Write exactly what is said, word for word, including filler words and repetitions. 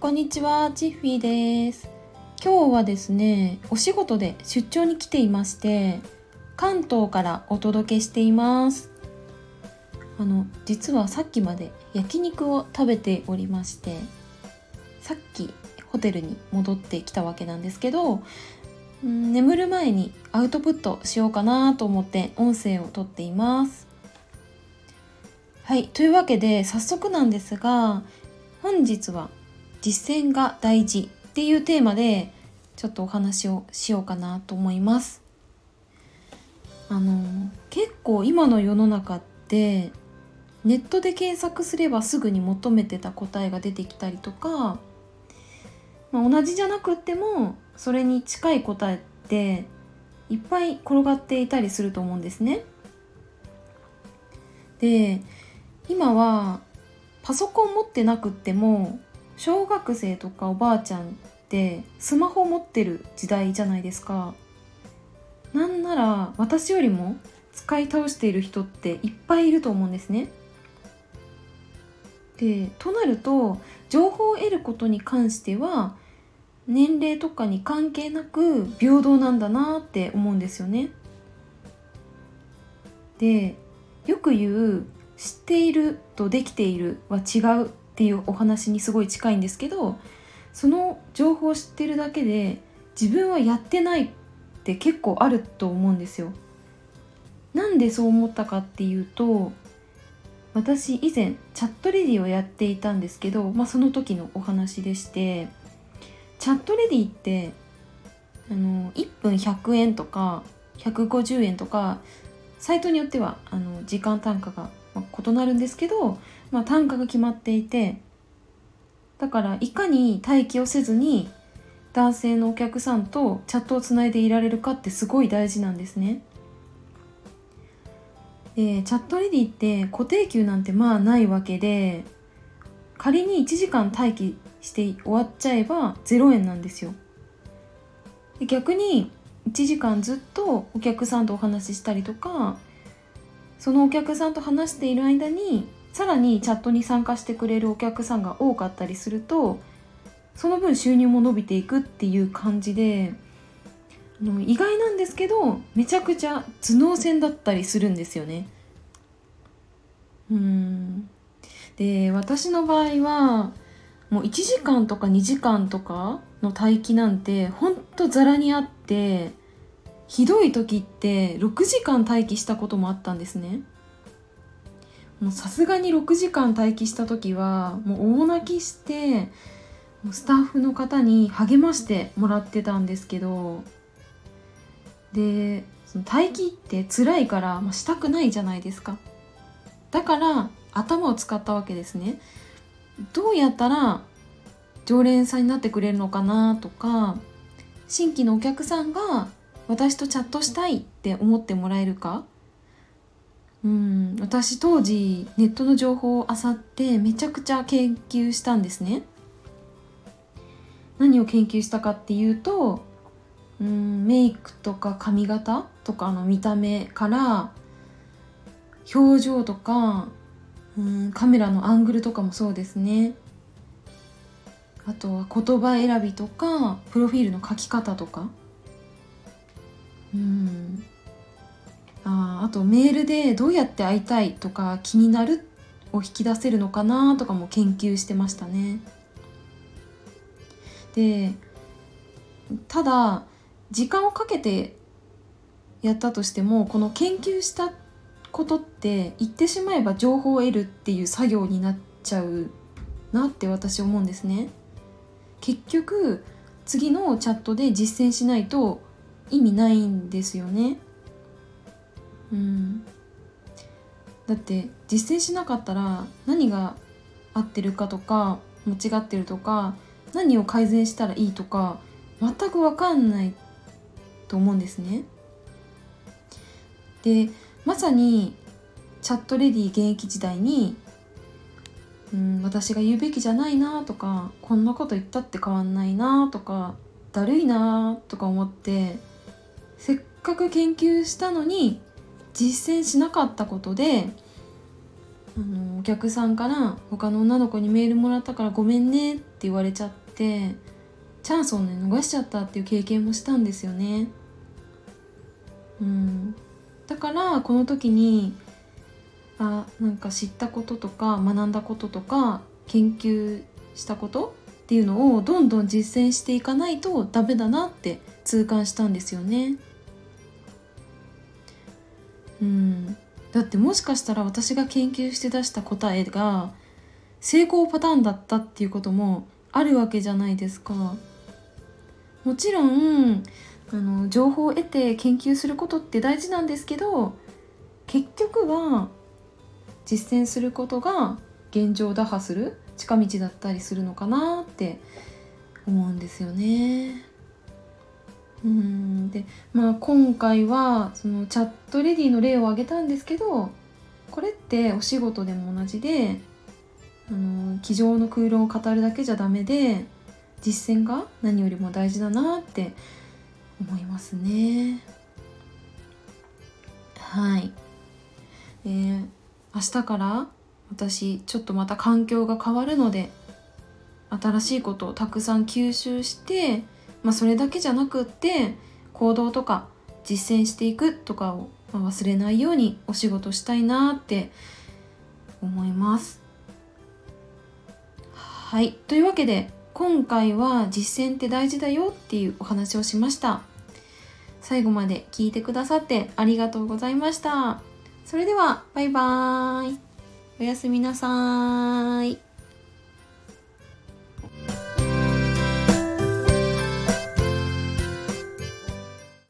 こんにちは、チッフィーです。今日はですね、お仕事で出張に来ていまして、関東からお届けしています。あの、実はさっきまで焼肉を食べておりまして、さっきホテルに戻ってきたわけなんですけど、ん眠る前にアウトプットしようかなと思って音声をとっています。はい、というわけで早速なんですが、本日は実践が大事っていうテーマでちょっとお話をしようかなと思います。あの結構今の世の中ってネットで検索すればすぐに求めてた答えが出てきたりとか、まあ、同じじゃなくってもそれに近い答えっていっぱい転がっていたりすると思うんですね。で、今はパソコン持ってなくっても小学生とかおばあちゃんってスマホ持ってる時代じゃないですか。なんなら私よりも使い倒している人っていっぱいいると思うんですね。で、となると情報を得ることに関しては年齢とかに関係なく平等なんだなって思うんですよね。で、よく言う知っているとできているは違うっていうお話にすごい近いんですけど、その情報を知ってるだけで自分はやってないって結構あると思うんですよ。なんでそう思ったかっていうと、私以前チャットレディをやっていたんですけど、まあ、その時のお話でして、チャットレディってあのいっぷんひゃくえんとかひゃくごじゅうえんとか、サイトによってはあの時間単価が異なるんですけど、まあ、単価が決まっていて、だからいかに待機をせずに男性のお客さんとチャットをつないでいられるかってすごい大事なんですね。で、チャットレディって固定給なんてまあないわけで、仮にいちじかん待機して終わっちゃえばゼロえんなんですよ。で、逆にいちじかんずっとお客さんとお話ししたりとか、そのお客さんと話している間にさらにチャットに参加してくれるお客さんが多かったりすると、その分収入も伸びていくっていう感じで、あの意外なんですけどめちゃくちゃ頭脳戦だったりするんですよね。うーんで、私の場合はもういちじかんとかにじかんとかの待機なんてほんとザラにあって、ひどい時ってろくじかん待機したこともあったんですね。もうさすがにろくじかん待機した時はもう大泣きして、もうスタッフの方に励ましてもらってたんですけど、で、その待機って辛いから、まあ、したくないじゃないですか。だから頭を使ったわけですね。どうやったら常連さんになってくれるのかなとか、新規のお客さんが私とチャットしたいって思ってもらえるか。うん、私当時ネットの情報を漁ってめちゃくちゃ研究したんですね。何を研究したかっていうと、うん、メイクとか髪型とかの見た目から表情とか、うん、カメラのアングルとかもそうですね。あとは言葉選びとかプロフィールの書き方とか、うんああとメールでどうやって会いたいとか気になるを引き出せるのかなとかも研究してましたね。で、ただ時間をかけてやったとしても、この研究したことって言ってしまえば情報を得るっていう作業になっちゃうなって私思うんですね。結局次のチャットで実践しないと意味ないんですよね。うん、だって実践しなかったら何が合ってるかとか間違ってるとか、何を改善したらいいとか全く分かんないと思うんですね。で、まさにチャットレディ現役時代に、うん、私が言うべきじゃないなとか、こんなこと言ったって変わんないなとか、だるいなとか思って、せっかく研究したのに実践しなかったことで、 あのお客さんから他の女の子にメールもらったからごめんねって言われちゃって、チャンスをね逃しちゃったっていう経験もしたんですよね。うん、だからこの時にあなんか知ったこととか学んだこととか研究したことっていうのをどんどん実践していかないとダメだなって痛感したんですよね。うん、だってもしかしたら私が研究して出した答えが成功パターンだったっていうこともあるわけじゃないですか。もちろんあの情報を得て研究することって大事なんですけど、結局は実践することが現状打破する近道だったりするのかなって思うんですよね。うんで、まあ、今回はそのチャットレディの例を挙げたんですけど、これってお仕事でも同じで、あの机上の空論を語るだけじゃダメで、実践が何よりも大事だなって思いますね。はい、えー、明日から私ちょっとまた環境が変わるので、新しいことをたくさん吸収して、まあ、それだけじゃなくって行動とか実践していくとかを忘れないようにお仕事したいなって思います。はい、というわけで今回は実践って大事だよっていうお話をしました。最後まで聞いてくださってありがとうございました。それではバイバーイ。おやすみなさーい。